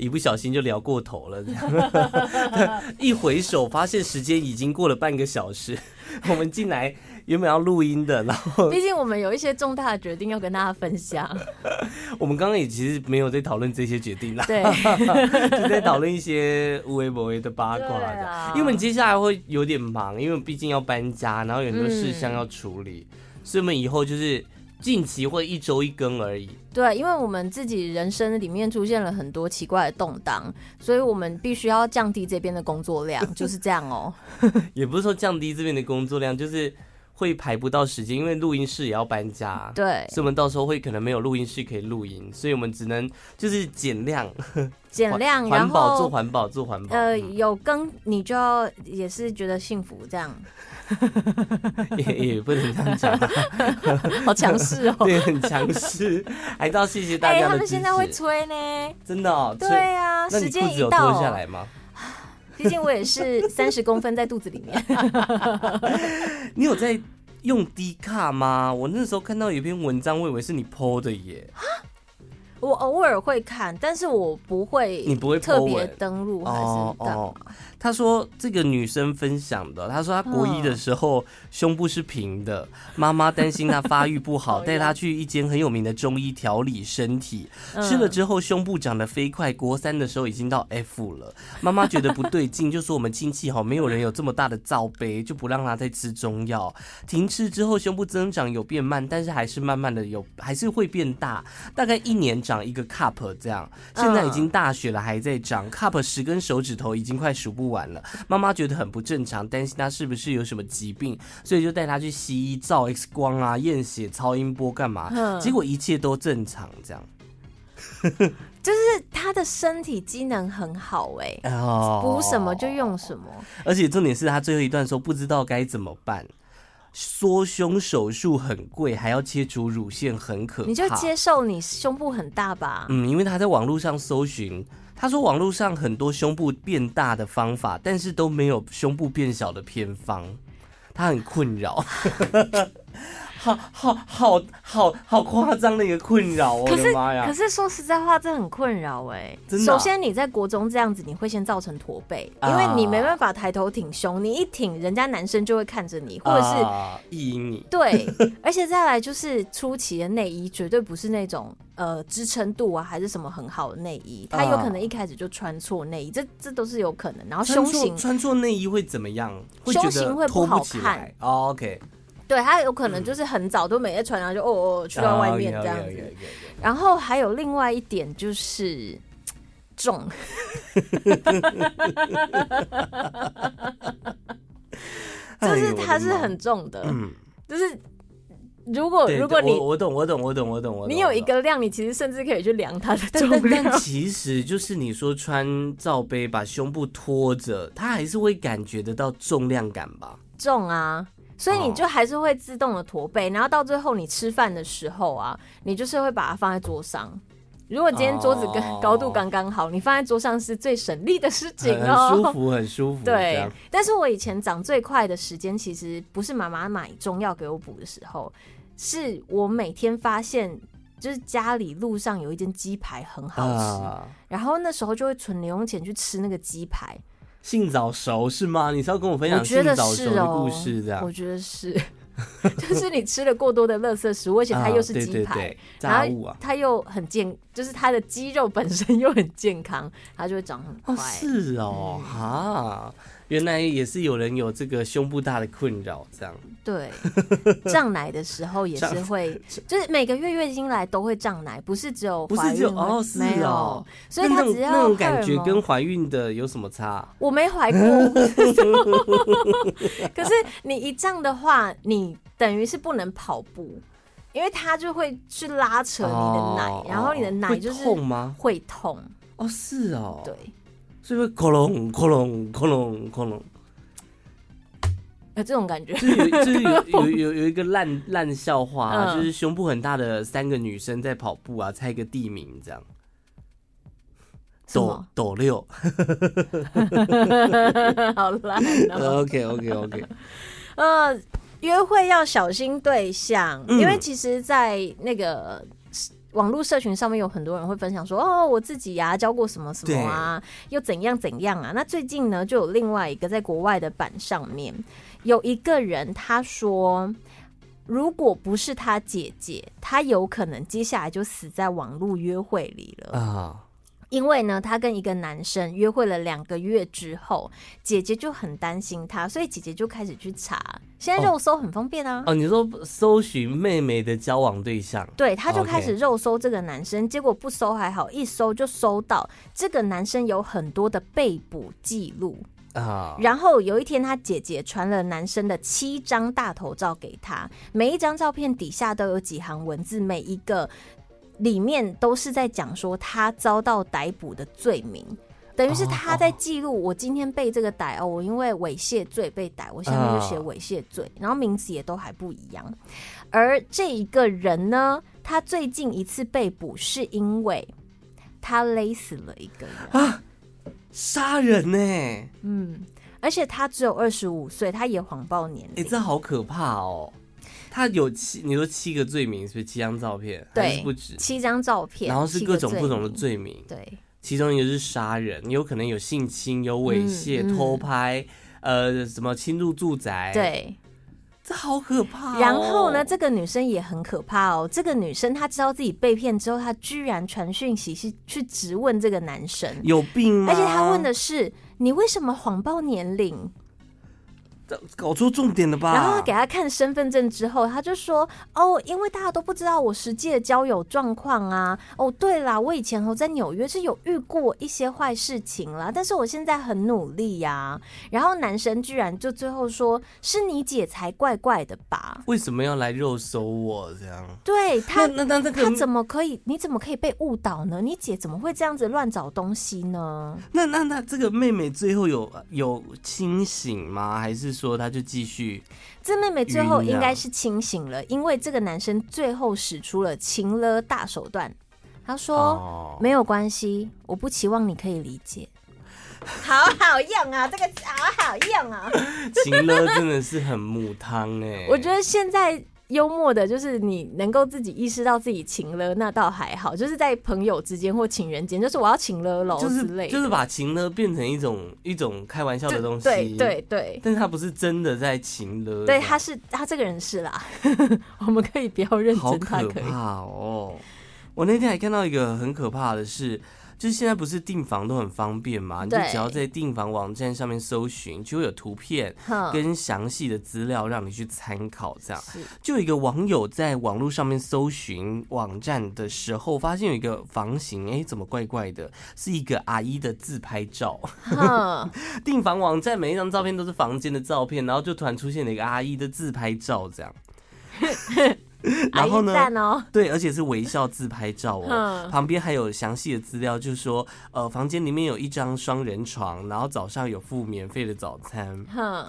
一不小心就聊过头了，一回首发现时间已经过了半个小时，我们进来原本要录音的，然后毕竟我们有一些重大的决定要跟大家分享。 我们刚刚也其实没有在讨论这些决定啦， 对， 就在讨论一些无微不微的八卦的，因为我们接下来会有点忙，因为毕竟要搬家，然后有很多事项要处理，所以我们以后就是近期会一周一更而已。 对，因为我们自己人生里面出现了很多奇怪的动荡，所以我们必须要降低这边的工作量，就是这样哦。 也不是说降低这边的工作量，就是会排不到时间，因为录音室也要搬家， 对， 所以我们到时候会可能没有录音室可以录音，所以我们只能就是减量， 然后做环保。 有更你就要也是觉得幸福这样。 也不能这样讲， 好强势哦， 对，很强势，还是要谢谢大家的支持。 他们现在会催呢， 真的哦， 对啊， 那你时间裤子有一到脱下来吗？ 毕竟我也是30公分在肚子里面。 你有在用 D 卡吗？我那时候看到有一篇文章，我以为是你 PO 的耶。 我偶尔会看，但是我不会， 你不会 po 特别登录还是干嘛？ 他说这个女生分享的，他说她国一的时候胸部是平的，妈妈担心她发育不好，带她去一间很有名的中医调理身体，吃了之后胸部长得飞快，国3的时候已经到 F 了，妈妈觉得不对劲，就说我们亲戚没有人有这么大的罩杯，就不让她再吃中药。停吃之后胸部增长有变慢，但是还是慢慢的还是会变大，大概1年长一个 cup 这样，现在已经大学了还在长，cup 10根手指头已经快数不完了。妈妈觉得很不正常，担心她是不是有什么疾病，所以就带她去西医照 X 光啊、验血、超音波干嘛，结果一切都正常这样。 就是她的身体机能很好补什么就用什么， 而且重点是她最后一段说不知道该怎么办。缩胸手术很贵，还要切除乳腺，很可怕。 你就接受你胸部很大吧。 因为他在网络上搜寻，他说网络上很多胸部变大的方法，但是都没有胸部变小的偏方，他很困扰。好夸张的一个困扰哦！我的妈呀！ 可是说实在话，这很困扰真的。首先你在国中这样子，你会先造成驼背，因为你没办法抬头挺胸，你一挺，人家男生就会看着你，或者是意淫你。 对，而且再来就是初期的内衣绝对不是那种支撑度还是什么很好的内衣，它有可能一开始就穿错内衣，这都是有可能。然后胸型穿错内衣会怎么样？ 胸型会不好看。 OK。 对，他有可能就是很早都没在穿，然后就去到外面这样子。然后还有另外一点就是重，就是它是很重的，就是如果你我懂， 你有一个量，你其实甚至可以去量它的重量。 但其实就是你说穿罩杯把胸部托着，它还是会感觉得到重量感吧？ 重啊。所以你就还是会自动的驼背，然后到最后你吃饭的时候你就是会把它放在桌上。如果今天桌子跟高度刚刚好，你放在桌上是最省力的事情很舒服。 对，但是我以前长最快的时间，其实不是妈妈买中药给我补的时候，是我每天发现就是家里路上有一间鸡排很好吃，然后那时候就会存零用钱去吃那个鸡排。 性早熟是吗？你是要跟我分享性早熟的故事这样？ 我觉得是，就是你吃了过多的垃圾食物，而且它又是鸡排， 炸物它又很健，就是它的肌肉本身又很健康，它就会长很快。 是原来也是有人有这个胸部大的困扰，这样。 对，胀奶的时候也是会，就是每个月经来都会胀奶，不是只有怀孕没有，所以它只要那种感觉跟怀孕的有什么差？ 我没怀过，可是你一胀的话，你等于是不能跑步。因为它就会去拉扯你的奶，然后你的奶就是会痛吗？ 会痛是对。 所以会咕隆咕隆咕隆咕隆， 这种感觉。 就是有一个烂笑话就是胸部很大的3个女生在跑步猜一个地名这样。斗六。 好烂 OK。 约会要小心对象，因为其实在那个网络社群上面有很多人会分享说，哦，我自己啊教过什么什么啊，又怎样怎样啊。那最近呢，就有另外一个在国外的版上面有一个人他说，如果不是他姐姐，他有可能接下来就死在网络约会里了啊。因为呢，他跟一个男生约会了2个月之后，姐姐就很担心他，所以姐姐就开始去查。现在肉搜很方便啊。 你说搜寻妹妹的交往对象， 对，他就开始肉搜这个男生，结果不搜还好，一搜就搜到这个男生有很多的被捕记录。然后有一天，他姐姐传了男生的7张大头照给他，每一张照片底下都有几行文字，每一个里面都是在讲说他遭到逮捕的罪名，等于是他在记录我今天被这个逮我因为猥亵罪被逮，我下面就写猥亵罪，然后名字也都还不一样。而这一个人呢，他最近一次被捕是因为他勒死了一个人啊， 杀人呢？ 而且他只有25岁，他也谎报年龄， 这好可怕哦。他有你说7个罪名，是不是7张照片？对，还是不止 7张照片， 然后是各种不同的罪名。 对， 其中一个是杀人，有可能有性侵、有猥亵、偷拍，什么侵入住宅。 对， 这好可怕然后呢，这个女生也很可怕哦。这个女生她知道自己被骗之后，她居然传讯息去质问这个男生， 有病吗？ 而且她问的是你为什么谎报年龄？ 搞错重点了吧？ 然后他给他看身份证之后，他就说：“哦，因为大家都不知道我实际的交友状况啊。哦，对啦，我以前在纽约是有遇过一些坏事情啦，但是我现在很努力呀。”然后男生居然就最后说：“是你姐才怪怪的吧？ 为什么要来肉搜我这样？” 对他， 那他怎么可以？你怎么可以被误导呢？你姐怎么会这样子乱找东西呢？ 那这个妹妹最后有清醒吗？还是说他就继续？ 这妹妹最后应该是清醒了，因为这个男生最后使出了情勒大手段。他说：“没有关系，我不期望你可以理解。”好好用啊，这个好好用啊！ 情勒真的是很母汤哎。 我觉得现在幽默的就是你能够自己意识到自己情勒，那倒还好。就是在朋友之间或情人间，就是我要情勒喽之类的， 就是把情勒变成一种开玩笑的东西。 对， 但是他不是真的在情勒。 对，他这个人是啦，我们可以不要认真，他可以。 好可怕哦！我那天还看到一个很可怕的是。就是现在不是订房都很方便嘛？你就只要在订房网站上面搜寻，就会有图片跟详细的资料让你去参考。这样，就有一个网友在网络上面搜寻网站的时候，发现有一个房型，怎么怪怪的？是一个阿姨的自拍照。订房网站每一张照片都是房间的照片，然后就突然出现了一个阿姨的自拍照，这样。然后呢？对，而且是微笑自拍照哦。旁边还有详细的资料，就是说，房间里面有1张双人床，然后早上有附免费的早餐。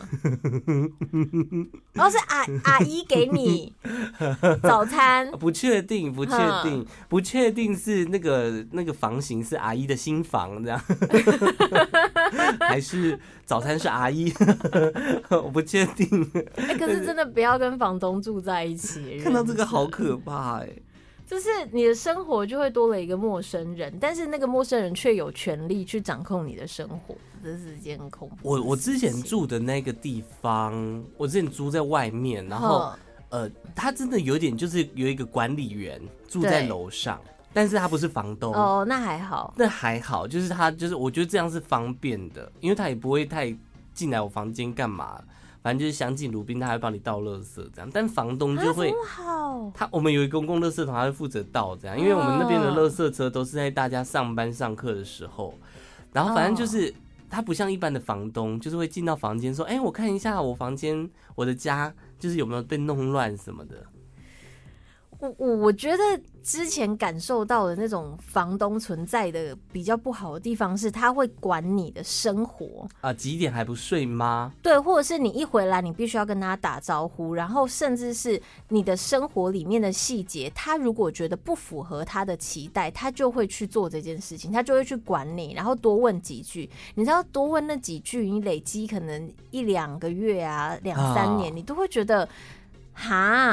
然后是阿姨给你早餐， 不确定是那个房型是阿姨的新房这样，还是早餐是阿姨？我不确定。 可是真的不要跟房东住在一起。 看到这个好可怕就是你的生活就会多了一个陌生人，但是那个陌生人却有权利去掌控你的生活，这是一件很恐怖的事情。我之前住的那个地方，我之前租在外面，然后他真的有点就是有一个管理员住在楼上，但是他不是房东哦，那还好， 就是他就是我觉得这样是方便的，因为他也不会太进来我房间干嘛。反正就是相敬如宾，他还会帮你倒垃圾这样，但房东就会，我们有一个公共垃圾桶，他会负责倒这样，因为我们那边的垃圾车都是在大家上班上课的时候，然后反正就是他不像一般的房东，就是会进到房间说，我看一下我房间我的家就是有没有被弄乱什么的。 我觉得之前感受到的那种房东存在的比较不好的地方是，他会管你的生活啊，几点还不睡吗？ 对，或者是你一回来，你必须要跟他打招呼，然后甚至是你的生活里面的细节，他如果觉得不符合他的期待，他就会去做这件事情，他就会去管你，然后多问几句。你知道，多问那几句，你累积可能1-2个月啊，2-3年，你都会觉得哈。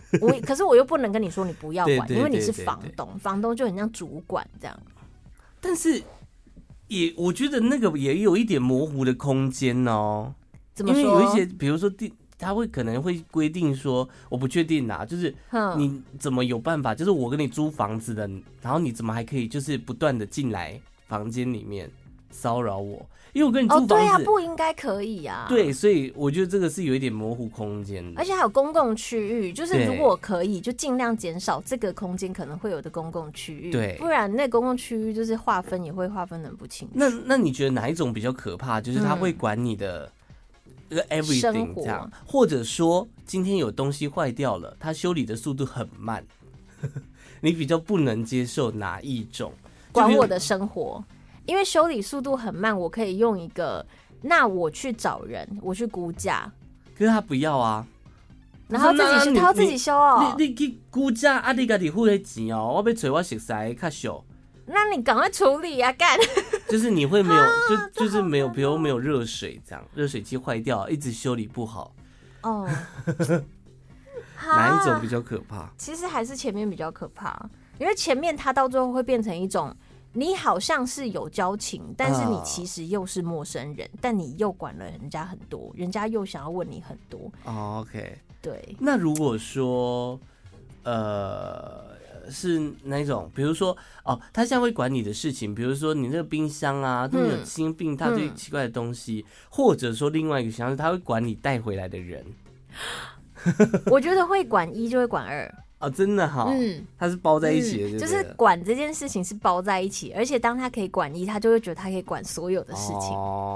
可是我又不能跟你说你不要管， 对因为你是房东，房东就很像主管这样。 但是我觉得那个也有一点模糊的空间哦。 怎么说？ 因为有一些，比如说他可能会规定说，我不确定啊，就是你怎么有办法？就是我跟你租房子的，然后你怎么还可以就是不断的进来房间里面骚扰我？因为我跟你租房子， 对啊，不应该可以啊。 对，所以我觉得这个是有一点模糊空间的。 而且还有公共区域，就是如果可以，就尽量减少这个空间可能会有的公共区域。 对， 不然那公共区域就是划分也会划分得很不清楚。 那你觉得哪一种比较可怕？就是他会管你的everything 这样，或者说今天有东西坏掉了，他修理的速度很慢，你比较不能接受哪一种？ 管我的生活。因为修理速度很慢，我可以用一个，那我去找人，我去估价。 可是他不要啊， 然后他要自己修哦。 你去估价啊，你自己付的钱哦，我要找我熟悉较俗。 那你赶快处理啊，干！ 就是你会没有，就是没有，比如没有热水这样，热水器坏掉，一直修理不好。哦，哪一种比较可怕？ 其实还是前面比较可怕，因为前面它到最后会变成一种。你好像是有交情，但是你其实又是陌生人，但你又管了人家很多，人家又想要问你很多。 OK， 对。 那如果说，是那种，比如说，他现在会管你的事情，比如说你那个冰箱啊，都有新病，他对奇怪的东西，或者说另外一个想法是他会管你带回来的人。 我觉得会管一就会管二。 真的哈，它是包在一起的， 就是管这件事情是包在一起，而且当他可以管一，他就会觉得他可以管所有的事情。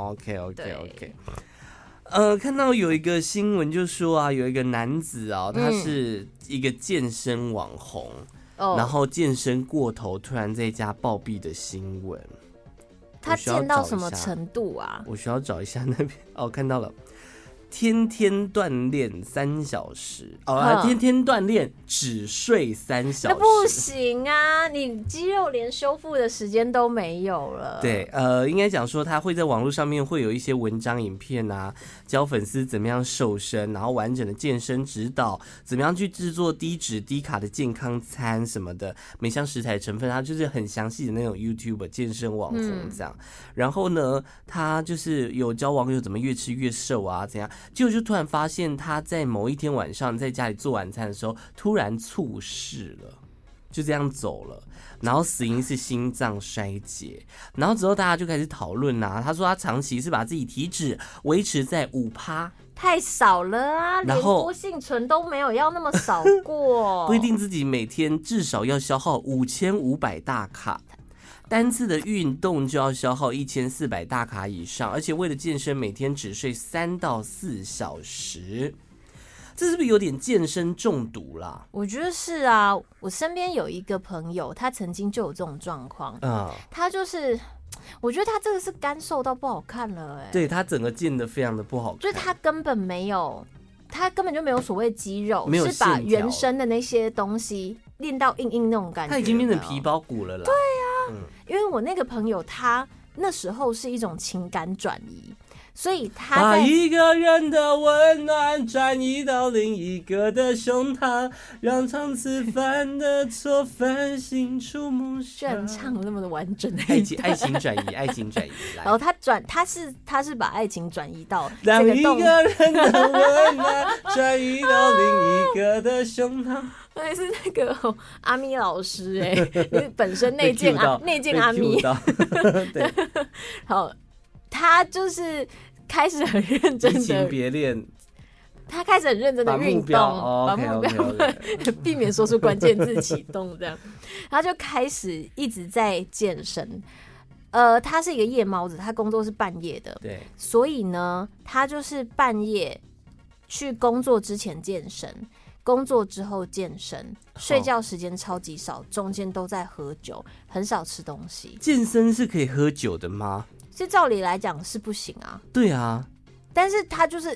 OK， 看到有一个新闻就说啊，有一个男子啊，他是一个健身网红，然后健身过头，突然在家暴毙的新闻。 他健到什么程度啊？ 我需要找一下那边。看到了。天天锻炼3小时天天锻炼只睡3小时， 那不行啊！你肌肉连修复的时间都没有了。 对，应该讲说他会在网络上面会有一些文章、影片啊，教粉丝怎么样瘦身，然后完整的健身指导，怎么样去制作低脂低卡的健康餐什么的，每项食材成分，他就是很详细的那种 YouTube 健身网红这样。然后呢，他就是有教网友怎么越吃越瘦啊，怎样。就突然发现他在某一天晚上在家里做晚餐的时候突然猝逝了，就这样走了，然后死因是心脏衰竭。然后之后大家就开始讨论啊，他说他长期是把自己体脂维持在5%， 太少了啊，连郭幸存都没有要那么少过。 规定自己每天至少要消耗5500大卡，单次的运动就要消耗1400大卡以上，而且为了健身，每天只睡3到4小时，这是不是有点健身中毒啦？ 我觉得是啊，我身边有一个朋友，他曾经就有这种状况，他就是，我觉得他这个是干瘦到不好看了， 对他整个健得非常的不好看， 就是他根本就没有所谓肌肉， 没有是把原生的那些东西练到硬硬那种感觉， 他已经变成皮包骨了啦。 对啊，因为我那个朋友他那时候是一种情感转移，所以他把一个人的温暖转移到另一个的胸膛，让常吃饭的错分心出梦想。 居然唱了那么的完整的爱情转移，爱情转移。 然后他是把爱情转移到让一个人的温暖转移到另一个的胸膛。 那是那个阿咪老师你本身内建阿咪。 对， 好，他就是开始很认真的移情别恋， 他开始很认真的运动，把目标避免说出关键字启动这样，他就开始一直在健身。他是一个夜猫子，他工作是半夜的， 对， 所以呢，他就是半夜去工作之前健身，工作之后健身，睡觉时间超级少，中间都在喝酒，很少吃东西。 健身是可以喝酒的吗？ 是照理来讲是不行啊。 对啊， 但是他就是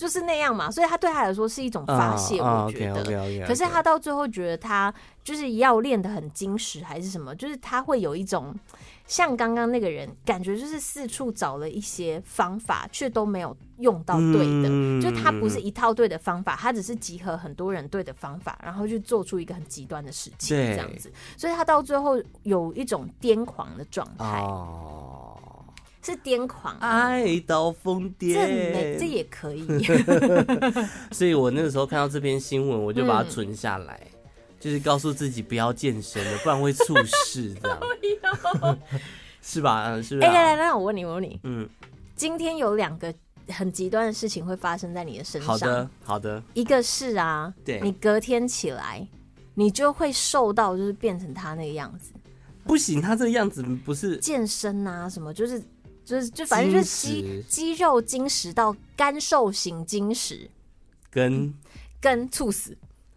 就是那样嘛，所以他对他来说是一种发泄，我觉得。 Okay. 可是他到最后觉得他就是要练得很精实还是什么，就是他会有一种像刚刚那个人感觉就是四处找了一些方法，却都没有用到对的，就是他不是一套对的方法，他只是集合很多人对的方法，然后去做出一个很极端的事情这样子，所以他到最后有一种癫狂的状态。是癫狂， 爱到疯癫， 这也可以。 所以我那个时候看到这篇新闻，我就把它存下来，就是告诉自己不要健身了，不然会猝死这样。是吧？是不是？ 来，我问你，今天有2个很极端的事情会发生在你的身上。 好的。 一个是啊， 对， 你隔天起来，你就会瘦到就是变成他那个样子。 不行，他这个样子不是健身啊，什么就反正就是肌肉精实到干瘦型精实，跟猝死。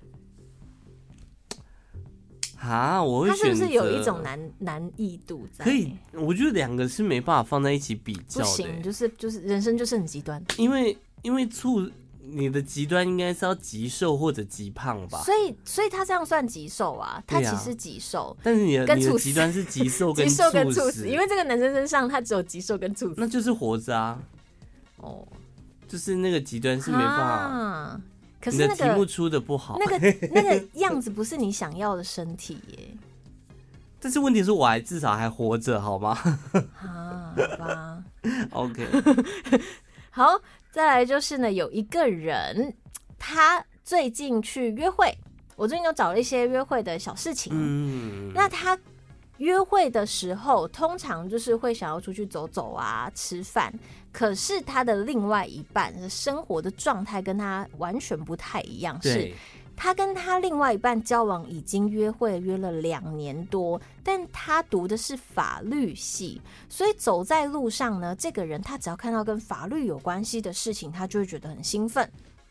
我会选择， 他是不是有一种难易度在？ 可以，我觉得2个是没办法放在一起比较的。 不行，就是人生就是很极端。 因为你的极端应该是要极瘦或者极胖吧？ 所以他这样算极瘦啊？他其实极瘦， 但是你的极端是极瘦跟猝死， 因为这个男生身上他只有极瘦跟猝死， 那就是活着啊。就是那个极端是没办法。可是你的题目出的不好， 那个样子不是你想要的身体耶。 但是问题是我至少还活着，好吗？ 好吧。 OK。 好，再来就是呢，有一个人他最近去约会，我最近有找了一些约会的小事情。那他约会的时候，通常就是会想要出去走走啊，吃饭。可是他的另外一半的生活的状态跟他完全不太一样，是他跟他另外一半交往已经约了2年多，但他读的是法律系，所以走在路上呢，这个人他只要看到跟法律有关系的事情，他就会觉得很兴奋。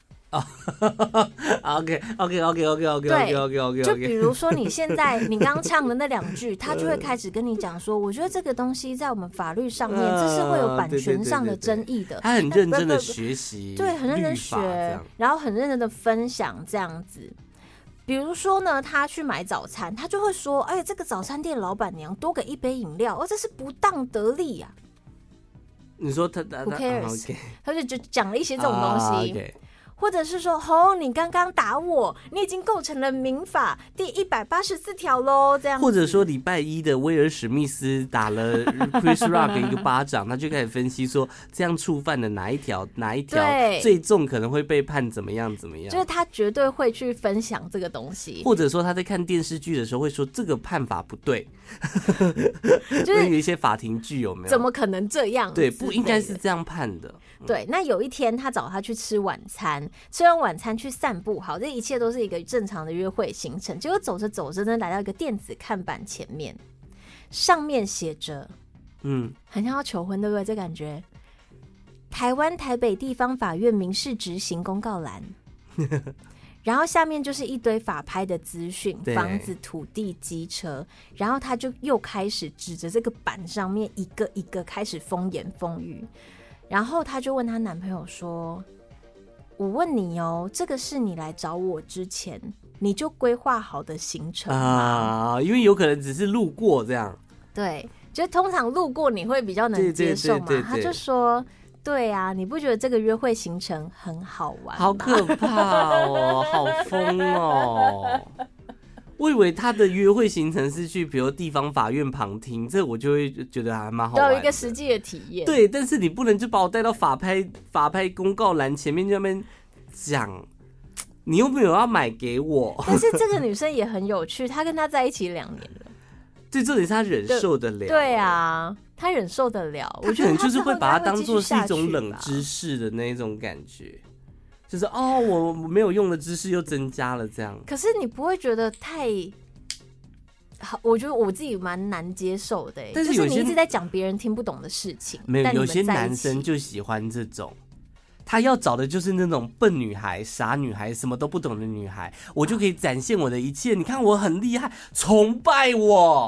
OK， 对，就比如说你刚刚唱的那2句，他就会开始跟你讲说，我觉得这个东西在我们法律上面，这是会有版权上的争议的。 他很认真的学习， 对，很认真学，然后很认真的分享这样子。比如说呢，他去买早餐，他就会说，哎，这个早餐店老板娘多给一杯饮料，这是不当得利啊。 你说他 Who cares？ 他就讲了一些这种东西。 Okay。 或者是说，你刚刚打我，你已经构成了民法第184条喽，这样。 或者说礼拜一的威尔史密斯打了 Chris Rock 一个巴掌，他就开始分析说，这样触犯的哪一条最重可能会被判怎么样， 就是他绝对会去分享这个东西。 或者说他在看电视剧的时候会说这个判法不对，就是有一些法庭剧有没有？ 怎么可能这样？ 对，不应该是这样判的。 对，那有一天他找他去吃晚餐，吃完晚餐去散步，好，这一切都是一个正常的约会行程。结果走着走着呢，来到一个电子看板前面，上面写着，很像要求婚，对不对？这感觉，台湾台北地方法院民事执行公告栏，然后下面就是一堆法拍的资讯，房子、土地、机车，然后他就又开始指着这个板上面一个一个开始风言风语。然后她就问她男朋友说，我问你这个是你来找我之前你就规划好的行程吗？ 因为有可能只是路过这样。 对，就通常路过你会比较能接受嘛。他就说，对啊，你不觉得这个约会行程很好玩吗？ 好可怕哦，好疯哦。我以为他的约会行程是去比如地方法院旁听，这我就会觉得还蛮好玩的， 有一个实际的体验。 对，但是你不能就把我带到法拍公告栏前面，就那边讲你又没有要买给我。 但是这个女生也很有趣，她跟他在一起2年了。 对，这里是他忍受得了。 对啊，他忍受得了。 我觉得就是会把它当作是一种冷知识的那种感觉。就是我没有用的知识又增加了这样。 可是你不会觉得太好？我觉得我自己蛮难接受的。但是就是你一直在讲别人听不懂的事情。 没有，有些男生就喜欢这种，他要找的就是那种笨女孩、傻女孩、什么都不懂的女孩，我就可以展现我的一切。你看我很厉害，崇拜我。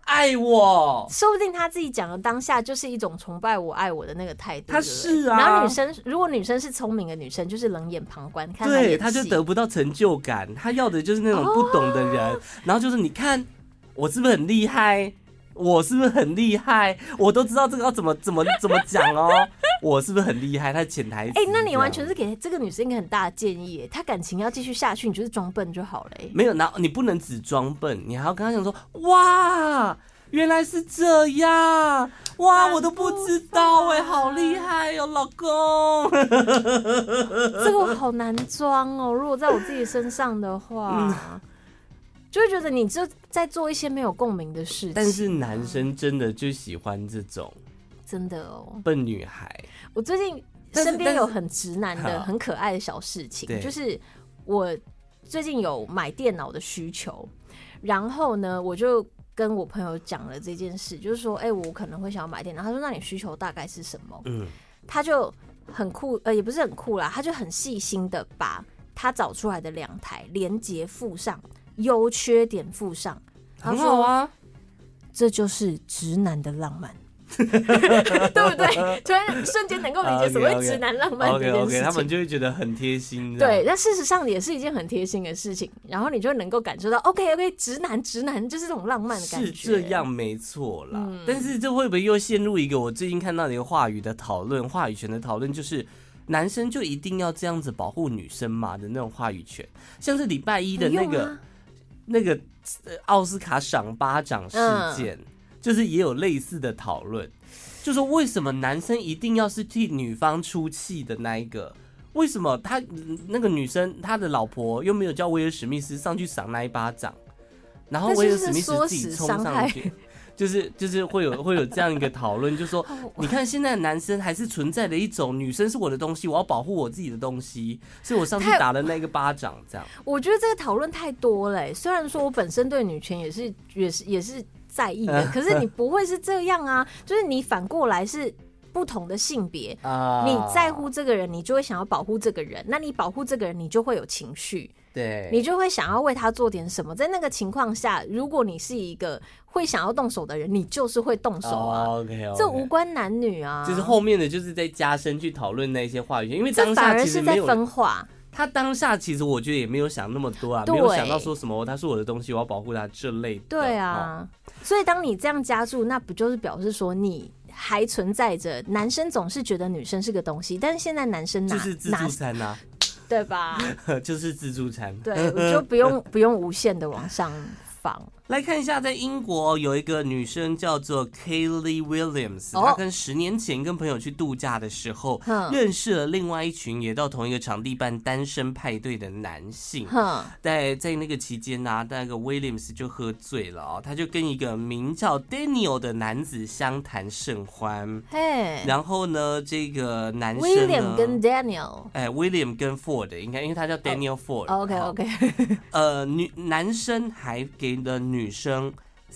爱我， 说不定他自己讲的当下就是一种崇拜我、爱我的那个态度。 他是啊， 然后女生如果女生是聪明的女生，就是冷眼旁观，看他演戏， 对，他就得不到成就感，他要的就是那种不懂的人，然后就是你看我是不是很厉害？我是不是很厉害？我都知道这个要怎么讲哦。我是不是很厉害？他的潜台词。 那你完全是给这个女生一个很大的建议，她感情要继续下去，你就是装笨就好了。 没有，然后你不能只装笨，你还要跟他讲说，哇，原来是这样，哇，我都不知道好厉害哦，老公。 这个我好难装哦，如果在我自己身上的话。就会觉得你就在做一些没有共鸣的事情， 但是男生真的就喜欢这种， 真的哦， 笨女孩。 我最近身边有很直男的、很可爱的小事情，就是我最近有买电脑的需求，然后呢，我就跟我朋友讲了这件事，就是说，我可能会想要买电脑。他说，那你需求大概是什么？他就很酷，也不是很酷啦，他就很细心的把他找出来的2台连结附上。优缺点附上， 很好啊， 这就是直男的浪漫，对不对？突然瞬间能够理解所谓直男浪漫这件事情， 他们就会觉得很贴心。 对，但事实上也是一件很贴心的事情，然后你就能够感受到 ，OK， 直男就是这种浪漫的感觉， 是这样没错啦。但是这会不会又陷入一个我最近看到的一个话语的讨论，话语权的讨论，就是男生就一定要这样子保护女生嘛的那种话语权，像是礼拜一的那个奥斯卡赏巴掌事件，就是也有类似的讨论，就说为什么男生一定要是替女方出气的那一个？为什么他那个女生他的老婆又没有叫威尔史密斯上去赏那一巴掌，然后威尔史密斯自己冲上去？就是会有这样一个讨论，就是说，你看现在的男生还是存在的一種女生是我的东西，我要保护我自己的东西，所以我上去打了那个巴掌，这样。 我觉得这个讨论太多了，虽然说我本身对女权也是在意的，可是你不会是这样啊，就是你反过来是。不同的性别，你在乎这个人，你就会想要保护这个人。那你保护这个人，你就会有情绪， 对， 你就会想要为他做点什么。在那个情况下，如果你是一个会想要动手的人，你就是会动手啊。 Okay. 这无关男女啊。 就是后面的就是在加深去讨论那些话语权，因为当下其实没有反而是在分化。 他当下其实我觉得也没有想那么多啊，没有想到说什么他是我的东西，我要保护他这类的。 对啊，所以当你这样加注，那不就是表示说你还存在着男生总是觉得女生是个东西，但是现在男生就是自助餐啊， 对吧？ 就是自助餐， 对，我就不用无限的往上放。 来看一下，在英国有一个女生叫做 Kaylee Williams， 她跟10年前跟朋友去度假的时候，认识了另外一群也到同一个场地办单身派对的男性。在那个期间呢，那个 Williams 就喝醉了他就跟一个名叫 Daniel 的男子相谈甚欢。然后呢，这个男生呢 William 跟 Daniel，William 跟 Ford， 应该因为他叫 Daniel Ford。OK， 男生还给了女生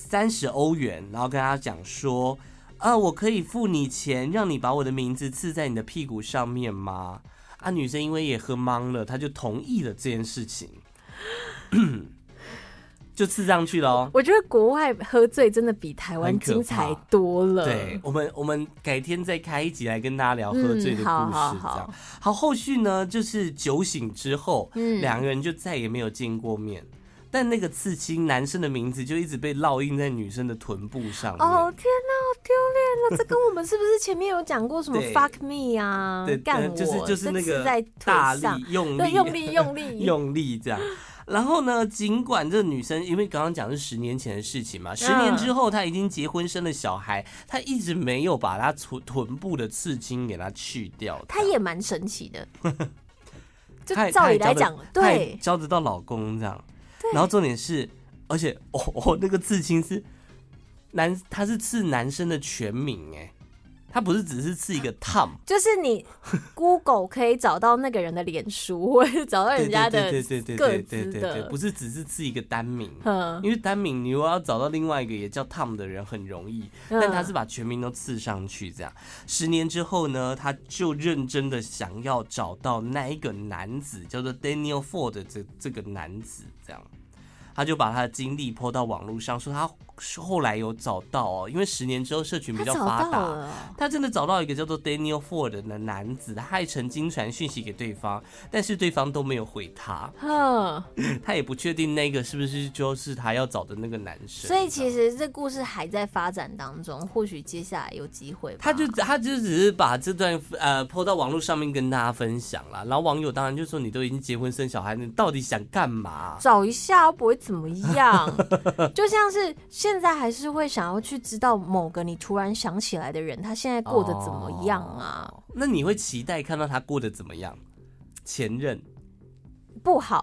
30欧元，然后跟他讲说，我可以付你钱，让你把我的名字刺在你的屁股上面吗？女生因为也喝懵了，她就同意了这件事情，就刺上去了哦。 我觉得国外喝醉真的比台湾精彩多了。 对，我们改天再开一集来跟大家聊喝醉的故事。好，后续呢，就是酒醒之后，2个人就再也没有见过面。但那个刺青，男生的名字就一直被烙印在女生的臀部上面。 哦天哪，好丢脸了！这跟我们是不是前面有讲过什么 fuck me 啊？干我， 就是那个在大力用力这样。然后呢，尽管这女生因为刚刚讲是10年前的事情嘛，10年之后她已经结婚生了小孩，她一直没有把她臀部的刺青给她去掉。 她也蛮神奇的，就照理来讲，对， 交得到老公这样。然后重点是，而且那个刺青是他是刺男生的全名他不是只是刺一个 Tom， 就是你 Google 可以找到那个人的脸书，或者是找到人家的个资的， 不是只是刺一个单名，因为单名你如果要找到另外一个也叫 Tom 的人很容易，但他是把全名都刺上去这样。10年之后呢，他就认真的想要找到那一个男子，叫做 Daniel Ford 的这个男子这样。他就把他的经历 po 到网络上，说他后来有找到因为10年之后社群比较发达，他真的找到一个叫做 Daniel Ford 的男子，他还曾经传讯息给对方，但是对方都没有回他，他也不确定那个是不是就是他要找的那个男生。 所以其实这故事还在发展当中，或许接下来有机会吧。 他就只是把这段po 到网络上面跟大家分享啦，然后网友当然就说你都已经结婚生小孩，你到底想干嘛？ 找一下不会怎么样，就像是现在还是会想要去知道某个你突然想起来的人，他现在过得怎么样啊？ 那你会期待看到他过得怎么样？前任不好，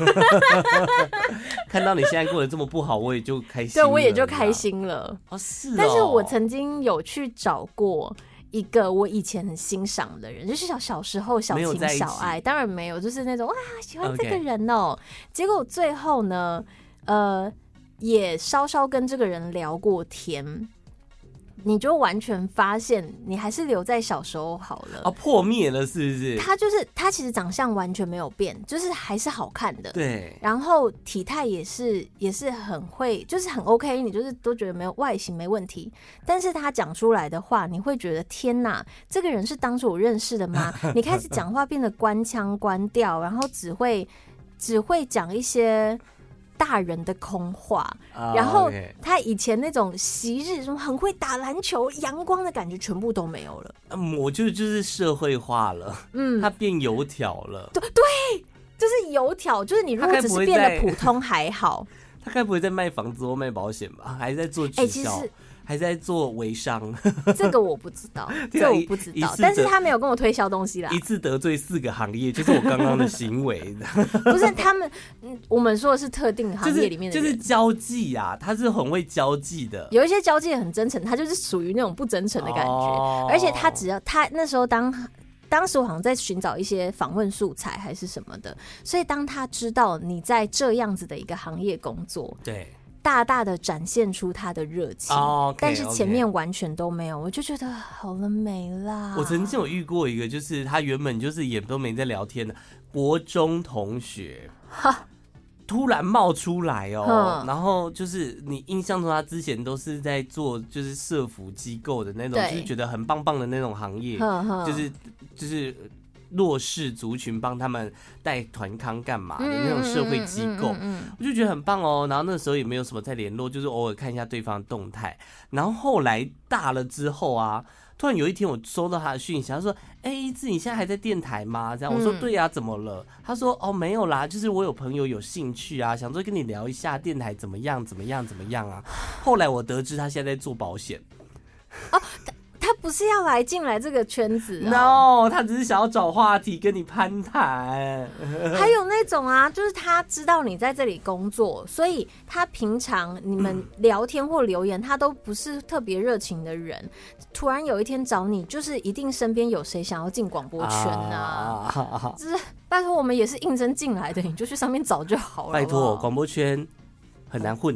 看到你现在过得这么不好，我也就开心了。 对，我也就开心了。 是但是我曾经有去找过一个我以前很欣赏的人，就是小时候小情小爱，当然没有，就是那种哇喜欢这个人哦。结果最后呢，也稍稍跟这个人聊过天，你就完全发现你还是留在小时候好了。 破灭了是不是？ 他其实长相完全没有变，就是还是好看的。 对， 然后体态也是很会，就是很 OK， 你就是都觉得没有外形没问题。但是他讲出来的话，你会觉得天哪，这个人是当初我认识的吗？你开始讲话变得官腔官调，然后只会讲一些大人的空话，然后他以前那种昔日什么很会打篮球、阳光的感觉全部都没有了。 我就是社会化了，他变油条了。 对，就是油条，就是你如果只是变得普通还好。 他该不会在卖房子或卖保险吧？还是在做直销？还在做微商？ 这个我不知道，但是他没有跟我推销东西啦。 一次得罪4个行业，就是我刚刚的行为。 不是他们，我们说的是特定行业里面的人， 就是交际啊，他是很会交际的。 有一些交际很真诚，他就是属于那种不真诚的感觉。而且他只要他那时候当时我好像在寻找一些访问素材还是什么的，所以当他知道你在这样子的一个行业工作， 对。 大大的展现出他的热情，但是前面完全都没有，我就觉得好了没啦。 我曾经有遇过一个，就是他原本就是也都没在聊天的国中同学，突然冒出来然后就是你印象中他之前都是在做就是社福机构的那种，就是觉得很棒棒的那种行业，就是弱势族群帮他们带团康干嘛的那种社会机构，我就觉得很棒然后那时候也没有什么在联络，就是偶尔看一下对方的动态。然后后来大了之后啊，突然有一天我收到他的讯息，他说：“一志，你现在还在电台吗？”这样我说：“对啊，怎么了？”他说：“没有啦，就是我有朋友有兴趣啊，想说跟你聊一下电台怎么样啊。”后来我得知他现在在做保险。 他不是要来进来这个圈子 No， 他只是想要找话题跟你攀谈。 还有那种啊，就是他知道你在这里工作，所以他平常你们聊天或留言，他都不是特别热情的人。突然有一天找你，就是一定身边有谁想要进广播圈啊。就是拜托，我们也是应征进来的，你就去上面找就好了。 拜托，广播圈很难混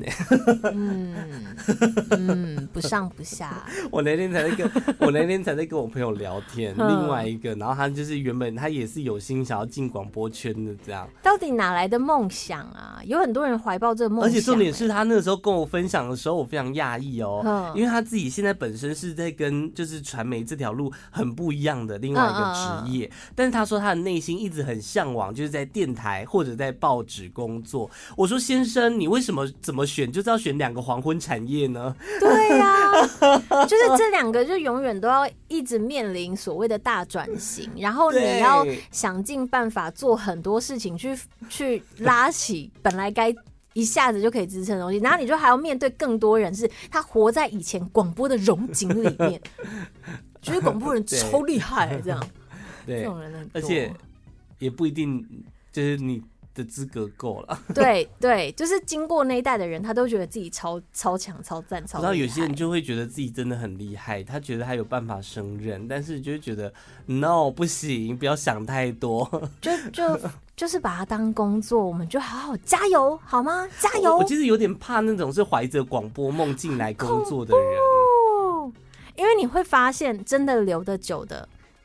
不上不下。 我那天才在跟我朋友聊天，另外一个，然后他就是原本他也是有心想要进广播圈的，这样到底哪来的梦想啊？有很多人怀抱这个梦想， 而且重点是他那个时候跟我分享的时候，我非常讶异因为他自己现在本身是在跟就是传媒这条路很不一样的另外一个职业，但是他说他的内心一直很向往，就是在电台或者在报纸工作。我说先生，你为什么怎么选就是要选2个黄昏产业呢？ 对啊，就是这2个就永远都要一直面临所谓的大转型，然后你要想尽办法做很多事情去拉起本来该一下子就可以支撑的东西，然后你就还要面对更多人是他活在以前广播的荣景里面，觉得广播人超厉害这样， 对， 这种人很多， 而且也不一定就是你的资格够了。 对，就是经过那一代的人，他都觉得自己超强、超赞、超厉害。 然后有些人就会觉得自己真的很厉害，他觉得他有办法胜任，但是就会觉得 no 不行，不要想太多，就是把它当工作，我们就好好加油好吗？加油！ 我其实有点怕那种是怀着广播梦进来工作的人， 因为你会发现，真的留得久的，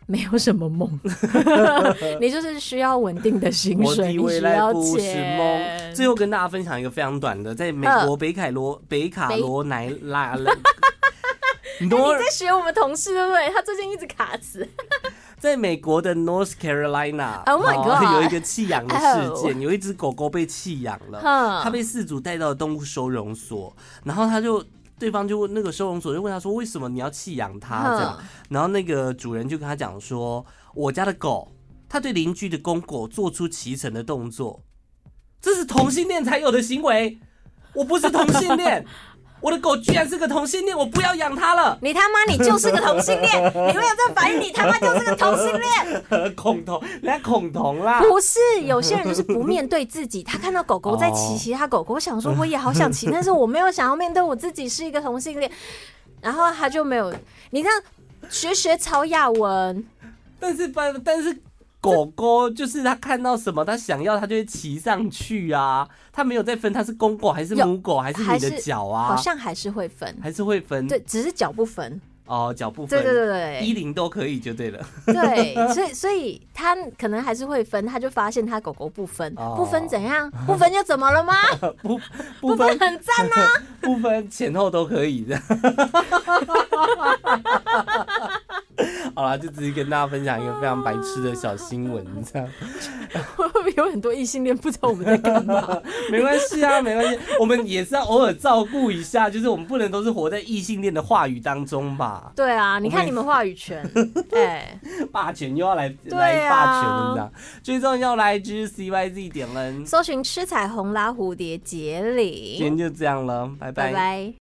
没有什么梦，你就是需要稳定的薪水， 我的未来不是你需要钱。 梦。最后跟大家分享一个非常短的，在美国北卡罗来拉。 你在学我们同事对不对？他最近一直卡词。 在美国的 North Carolina， Oh my God， 有一个弃养的事件，有一只狗狗被弃养了，它被饲主带到动物收容所，然后对方就问那个收容所就问他说，为什么你要弃养它这样？然后那个主人就跟他讲说，我家的狗，它对邻居的公狗做出骑乘的动作，这是同性恋才有的行为，我不是同性恋。我的狗居然是个同性恋，我不要养它了！ 你他妈，你就是个同性恋！你没有这反应，你他妈就是个同性恋！ 恐同，人家恐同啦！ 不是，有些人就是不面对自己。他看到狗狗在骑其他狗狗，想说我也好想骑，但是我没有想要面对我自己是一个同性恋，然后他就没有。你这样学曹雅文， 但是狗狗就是他看到什么他想要他就会骑上去啊，他没有在分他是公狗还是母狗还是你的脚啊， 好像还是会分，对，只是脚不分哦，脚不分， 对 10都可以就对了， 对，所以他可能还是会分，他就发现他狗狗不分，不分怎样？不分就怎么了吗？不分很赞啊， 不分前后都可以的。好啦，就只是跟大家分享一个非常白痴的小新闻，这样。 会不会有很多异性恋不知道我们在干嘛？ 没关系啊，没关系，我们也是要偶尔照顾一下，就是我们不能都是活在异性恋的话语当中吧？ 对啊，你看你们话语权， 霸权又要来霸权了，这样。最重要来支 CYZ 点了， 搜寻吃彩虹拉蝴蝶结领。 今天就这样了，拜拜。 拜拜。